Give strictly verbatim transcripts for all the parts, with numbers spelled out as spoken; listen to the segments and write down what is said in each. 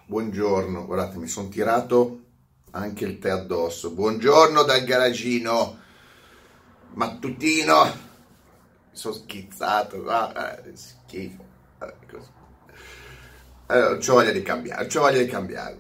Buongiorno, guardate, mi sono tirato anche il tè addosso. Buongiorno dal garagino mattutino. Mi sono schizzato, ah, eh, schifo. Eh, così. Allora, non c'ho voglia di cambiare, non c'ho voglia di cambiare.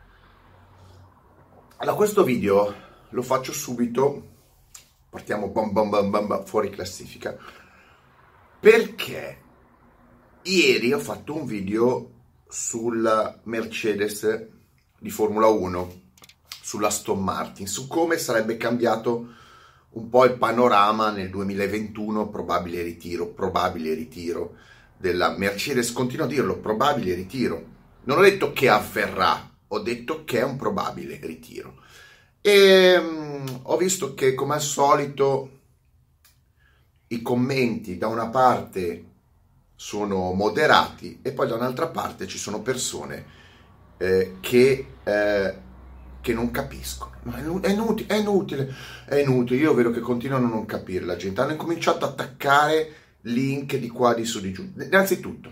Allora, questo video lo faccio subito. Partiamo bam bam bam bam, bam fuori classifica. Perché ieri ho fatto un video sulla Mercedes di Formula uno, sulla Aston Martin, su come sarebbe cambiato un po' il panorama nel duemilaventuno, probabile ritiro, probabile ritiro della Mercedes. Continuo a dirlo, probabile ritiro. Non ho detto che avverrà, ho detto che è un probabile ritiro. E um, ho visto che, come al solito, i commenti da una parte sono moderati e poi da un'altra parte ci sono persone eh, che, eh, che non capiscono. Ma è inutile, è inutile, è inutile. Io vedo che continuano a non capire la gente. Hanno incominciato ad attaccare link di qua, di su, di giù. Innanzitutto,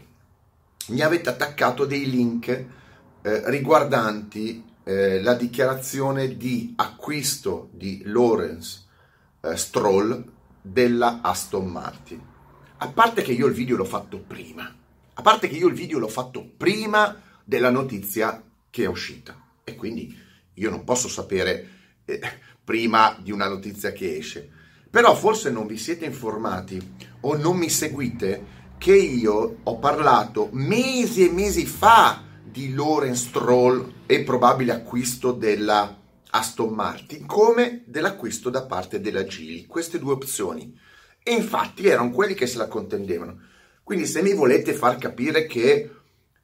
mi avete attaccato dei link eh, riguardanti eh, la dichiarazione di acquisto di Lawrence eh, Stroll della Aston Martin. A parte che io il video l'ho fatto prima, a parte che io il video l'ho fatto prima della notizia che è uscita, e quindi io non posso sapere eh, prima di una notizia che esce. Però forse non vi siete informati o non mi seguite che io ho parlato mesi e mesi fa di Lawrence Stroll e probabile acquisto della Aston Martin, come dell'acquisto da parte della Geely. Queste due opzioni. E infatti erano quelli che se la contendevano. Quindi se mi volete far capire che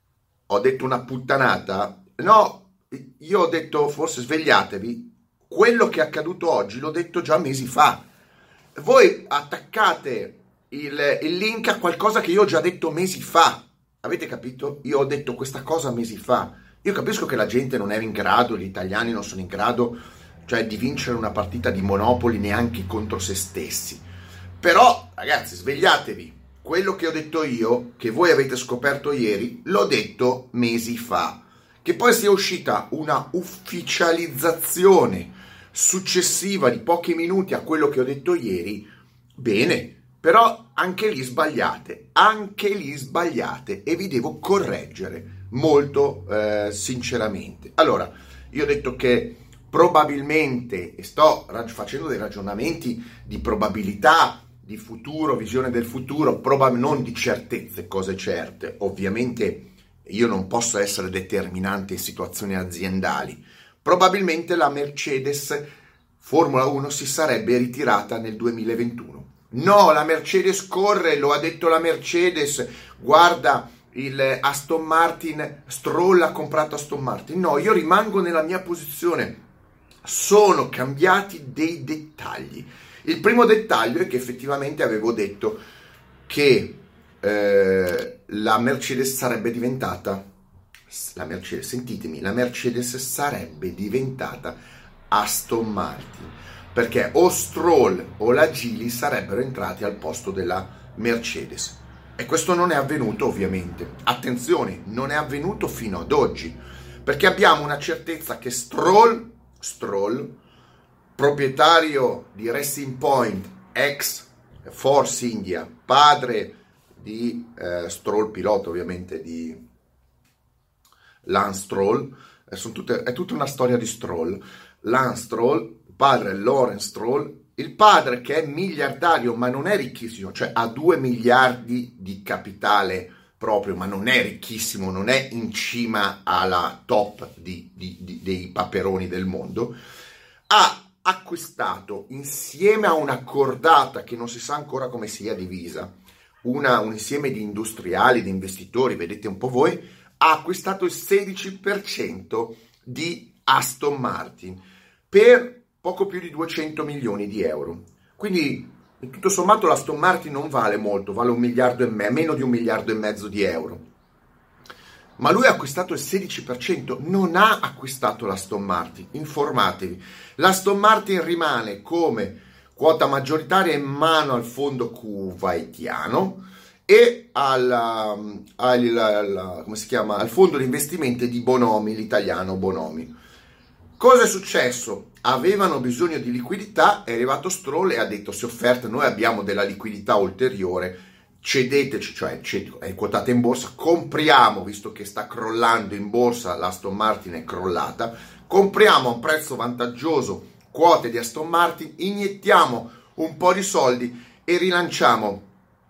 ho detto una puttanata, no, io ho detto forse svegliatevi, quello che è accaduto oggi l'ho detto già mesi fa. Voi attaccate il, il link a qualcosa che io ho già detto mesi fa. Avete capito? Io ho detto questa cosa mesi fa. Io capisco che la gente non era in grado, gli italiani non sono in grado, cioè, di vincere una partita di Monopoli neanche contro se stessi. Però, ragazzi, svegliatevi. Quello che ho detto io, che voi avete scoperto ieri, l'ho detto mesi fa. Che poi sia uscita una ufficializzazione successiva di pochi minuti a quello che ho detto ieri, bene. Però anche lì sbagliate, anche lì sbagliate, e vi devo correggere molto eh, sinceramente. Allora, io ho detto che probabilmente, e sto rag- facendo dei ragionamenti di probabilità, di futuro, visione del futuro, probab- non di certezze, cose certe. Ovviamente io non posso essere determinante in situazioni aziendali. Probabilmente la Mercedes Formula uno si sarebbe ritirata nel duemilaventuno. No, la Mercedes corre, lo ha detto la Mercedes, guarda, il Aston Martin, Stroll ha comprato Aston Martin. No, io rimango nella mia posizione. Sono cambiati dei dettagli. Il primo dettaglio è che effettivamente avevo detto che eh, la Mercedes sarebbe diventata, la Mercedes, sentitemi, la Mercedes sarebbe diventata Aston Martin, perché o Stroll o la Geely sarebbero entrati al posto della Mercedes. E questo non è avvenuto, ovviamente. Attenzione, non è avvenuto fino ad oggi, perché abbiamo una certezza che Stroll, Stroll, proprietario di Racing Point, ex Force India, padre di eh, Stroll, pilota ovviamente di Lance Stroll, eh, sono tutte, è tutta una storia di Stroll. Lance Stroll, padre Lawrence Stroll, il padre che è miliardario ma non è ricchissimo, cioè ha due miliardi di capitale proprio, ma non è ricchissimo, non è in cima alla top di, di, di, dei paperoni del mondo, ha acquistato, insieme a una cordata che non si sa ancora come sia divisa, una, un insieme di industriali, di investitori, vedete un po' voi, ha acquistato il sedici per cento di Aston Martin per poco più di duecento milioni di euro. Quindi, in tutto sommato, l'Aston Martin non vale molto, vale un miliardo e mezzo, meno di un miliardo e mezzo di euro. Ma lui ha acquistato il sedici per cento, non ha acquistato l'Aston Martin, informatevi. L'Aston Martin rimane come quota maggioritaria in mano al fondo kuwaitiano e al, al, al, come si chiama, al fondo di investimenti di Bonomi, l'italiano Bonomi. Cosa è successo? Avevano bisogno di liquidità, è arrivato Stroll e ha detto: se offerte, noi abbiamo della liquidità ulteriore, cedeteci, cioè è quotata in borsa, compriamo, visto che sta crollando in borsa, l'Aston Martin è crollata, compriamo a un prezzo vantaggioso quote di Aston Martin, iniettiamo un po' di soldi e rilanciamo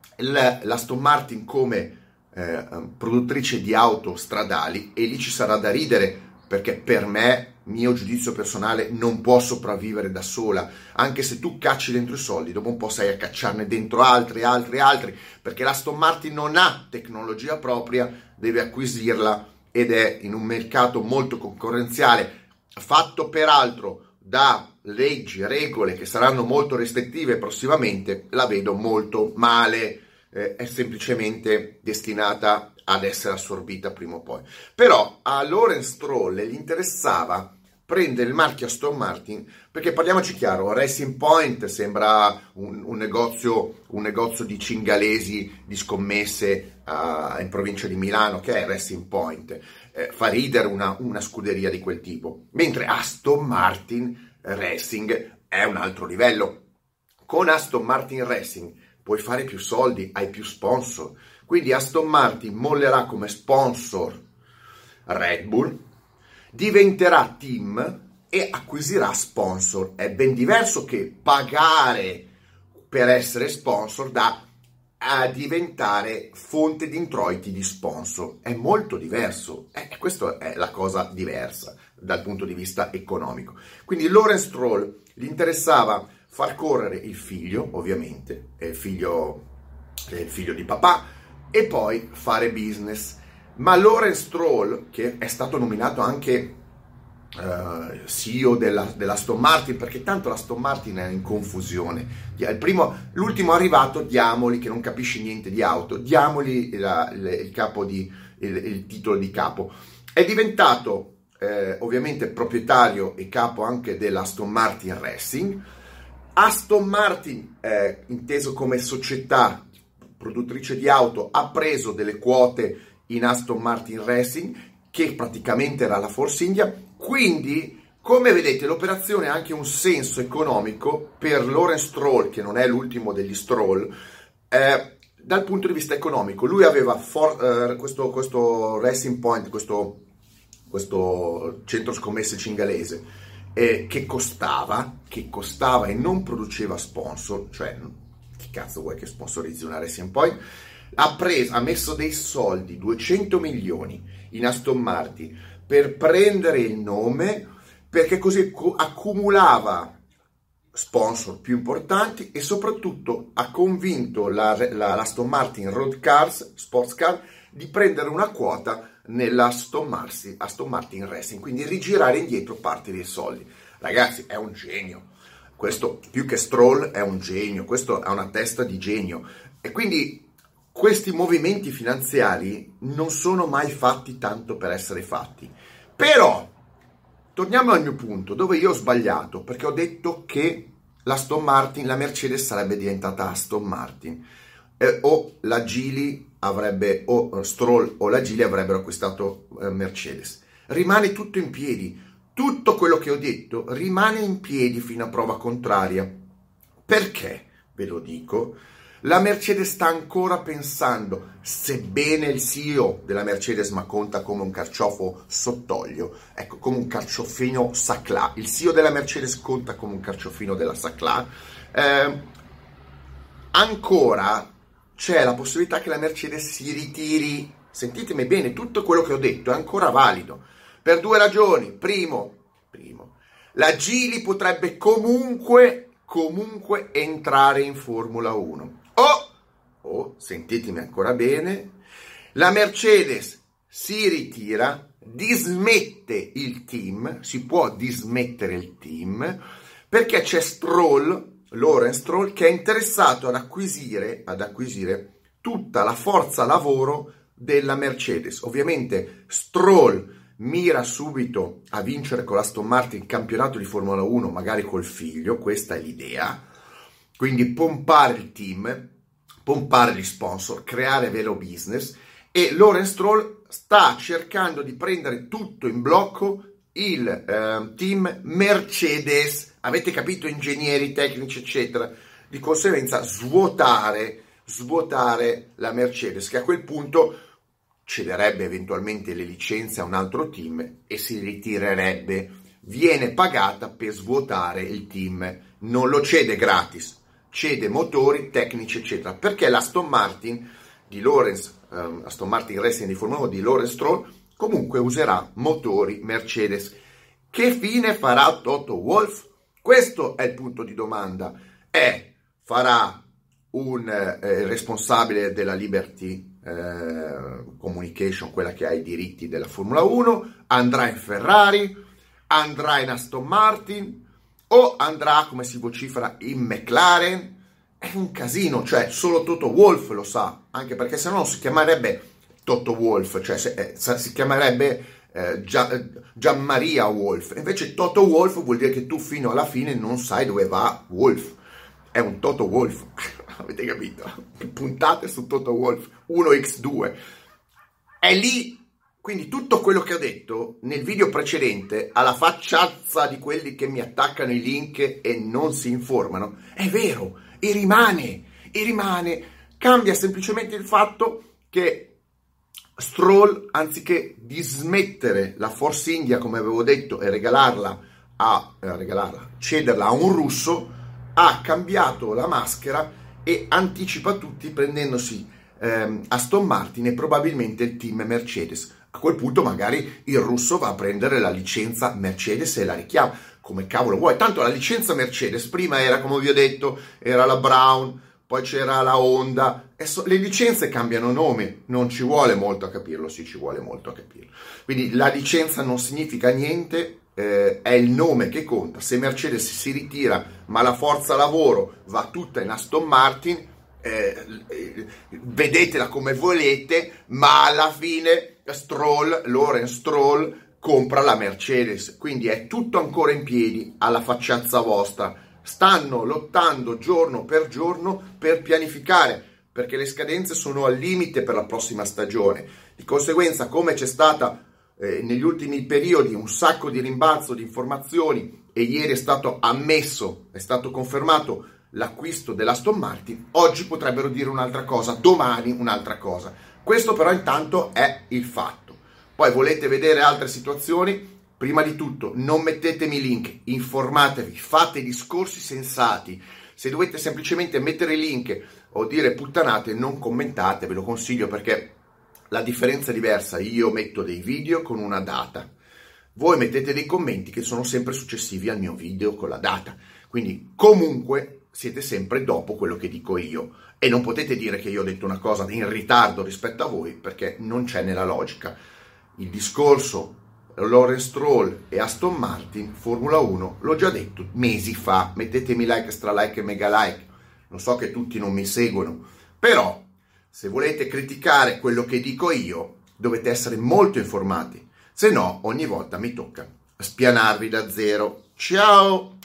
l'Aston Martin come eh, produttrice di auto stradali, e lì ci sarà da ridere, perché per me, mio giudizio personale, non può sopravvivere da sola, anche se tu cacci dentro i soldi, dopo un po' sai a cacciarne dentro altri, altri, altri, perché l'Aston Martin non ha tecnologia propria, deve acquisirla, ed è in un mercato molto concorrenziale, fatto peraltro da leggi, regole che saranno molto restrittive prossimamente. La vedo molto male, eh, è semplicemente destinata ad essere assorbita prima o poi. Però a Lawrence Stroll gli interessava prendere il marchio Aston Martin, perché parliamoci chiaro, Racing Point sembra un, un, negozio, un negozio di cingalesi di scommesse uh, in provincia di Milano, che è Racing Point, eh, fa ridere una, una scuderia di quel tipo, mentre Aston Martin Racing è un altro livello. Con Aston Martin Racing puoi fare più soldi, hai più sponsor, quindi Aston Martin mollerà come sponsor Red Bull, diventerà team e acquisirà sponsor. È ben diverso che pagare per essere sponsor da a diventare fonte di introiti di sponsor. È molto diverso, e eh, questa è la cosa diversa dal punto di vista economico. Quindi Lawrence Stroll gli interessava far correre il figlio, ovviamente, è il figlio, è il figlio di papà, e poi fare business. Ma Lawrence Stroll, che è stato nominato anche uh, C E O della, dell'Aston Martin, perché tanto l'Aston Martin è in confusione. Il primo, l'ultimo arrivato, diamogli, che non capisce niente di auto, diamogli la, il, il, capo di, il, il titolo di capo. È diventato eh, ovviamente proprietario e capo anche dell'Aston Martin Racing. Aston Martin, eh, inteso come società produttrice di auto, ha preso delle quote in Aston Martin Racing, che praticamente era la Force India. Quindi, come vedete, l'operazione ha anche un senso economico per Lawrence Stroll, che non è l'ultimo degli Stroll, eh, dal punto di vista economico. Lui aveva for, eh, questo, questo Racing Point, questo, questo centro scommesse cingalese, eh, che costava, che costava e non produceva sponsor, cioè che cazzo vuoi che sponsorizzi una Racing Point? Ha, preso, ha messo dei soldi, duecento milioni in Aston Martin, per prendere il nome, perché così accumulava sponsor più importanti, e soprattutto ha convinto la, la, l'Aston Martin Road Cars, Sports Car, di prendere una quota nell'Aston Martin, Aston Martin Racing, quindi rigirare indietro parte dei soldi. Ragazzi, è un genio. Questo, più che Stroll, è un genio. Questo ha una testa di genio. E quindi questi movimenti finanziari non sono mai fatti tanto per essere fatti. Però, torniamo al mio punto, dove io ho sbagliato, perché ho detto che l'Aston Martin, la Mercedes sarebbe diventata Aston Martin, eh, o la Geely avrebbe, o Stroll o la Geely avrebbero acquistato eh, Mercedes. Rimane tutto in piedi. Tutto quello che ho detto rimane in piedi fino a prova contraria. Perché? Ve lo dico. La Mercedes sta ancora pensando, sebbene il C E O della Mercedes ma conta come un carciofo sott'olio, ecco, come un carciofino Saclà, il C E O della Mercedes conta come un carciofino della Saclà, eh, ancora c'è la possibilità che la Mercedes si ritiri. Sentitemi bene, tutto quello che ho detto è ancora valido, per due ragioni. Primo, primo la Geely potrebbe comunque, comunque entrare in Formula uno. O, o, sentitemi ancora bene, la Mercedes si ritira, dismette il team, si può dismettere il team, perché c'è Stroll, Lawrence Stroll, che è interessato ad acquisire, ad acquisire tutta la forza lavoro della Mercedes. Ovviamente Stroll mira subito a vincere con l'Aston Martin il campionato di Formula uno, magari col figlio, questa è l'idea. Quindi pompare il team, pompare gli sponsor, creare vero business, e Lawrence Stroll sta cercando di prendere tutto in blocco il eh, team Mercedes, avete capito, ingegneri, tecnici eccetera, di conseguenza svuotare, svuotare la Mercedes, che a quel punto cederebbe eventualmente le licenze a un altro team e si ritirerebbe, viene pagata per svuotare il team, non lo cede gratis, cede motori, tecnici eccetera, perché l'Aston Martin di Lawrence, um, Aston Martin Racing di Formula uno di Lawrence Stroll comunque userà motori Mercedes. Che fine farà Toto Wolff? Questo è il punto di domanda. È, farà un eh, responsabile della Liberty eh, Communication, quella che ha i diritti della Formula uno, andrà in Ferrari, andrà in Aston Martin o andrà, come si vocifera, in McLaren? È un casino, cioè solo Toto Wolff lo sa, anche perché se no non si chiamerebbe Toto Wolff, cioè se, eh, si chiamerebbe eh, Gian, Gianmaria Wolff. Invece Toto Wolff vuol dire che tu fino alla fine non sai dove va Wolff. È un Toto Wolff, avete capito? Puntate su Toto Wolff, uno per due. È lì, quindi tutto quello che ho detto nel video precedente, alla facciazza di quelli che mi attaccano i link e non si informano, è vero, e rimane, e rimane. Cambia semplicemente il fatto che Stroll, anziché dismettere la Force India, come avevo detto, e regalarla a eh, regalarla, cederla a un russo, ha cambiato la maschera e anticipa tutti prendendosi ehm, Aston Martin e probabilmente il team Mercedes. A quel punto magari il russo va a prendere la licenza Mercedes e la richiama come cavolo vuoi. Tanto la licenza Mercedes prima era, come vi ho detto, era la Brown, poi c'era la Honda. E so, le licenze cambiano nome, non ci vuole molto a capirlo, sì, ci vuole molto a capirlo. Quindi la licenza non significa niente, eh, è il nome che conta. Se Mercedes si ritira, ma la forza lavoro va tutta in Aston Martin, eh, eh, vedetela come volete, ma alla fine Stroll, Lawrence Stroll, compra la Mercedes, quindi è tutto ancora in piedi alla facciazza vostra. Stanno lottando giorno per giorno per pianificare, perché le scadenze sono al limite per la prossima stagione. Di conseguenza, come c'è stata eh, negli ultimi periodi un sacco di rimbalzo di informazioni e ieri è stato ammesso, è stato confermato l'acquisto dell'Aston Martin, oggi potrebbero dire un'altra cosa, domani un'altra cosa. Questo però intanto è il fatto. Poi volete vedere altre situazioni? Prima di tutto non mettetemi link, informatevi, fate discorsi sensati. Se dovete semplicemente mettere link o dire puttanate, non commentate, ve lo consiglio, perché la differenza è diversa. Io metto dei video con una data, voi mettete dei commenti che sono sempre successivi al mio video con la data, quindi comunque siete sempre dopo quello che dico io e non potete dire che io ho detto una cosa in ritardo rispetto a voi, perché non c'è nella logica. Il discorso Lawrence Stroll e Aston Martin Formula uno l'ho già detto mesi fa. Mettetemi like, stra like e mega like. Lo so che tutti non mi seguono, però se volete criticare quello che dico io dovete essere molto informati, se no ogni volta mi tocca spianarvi da zero. Ciao!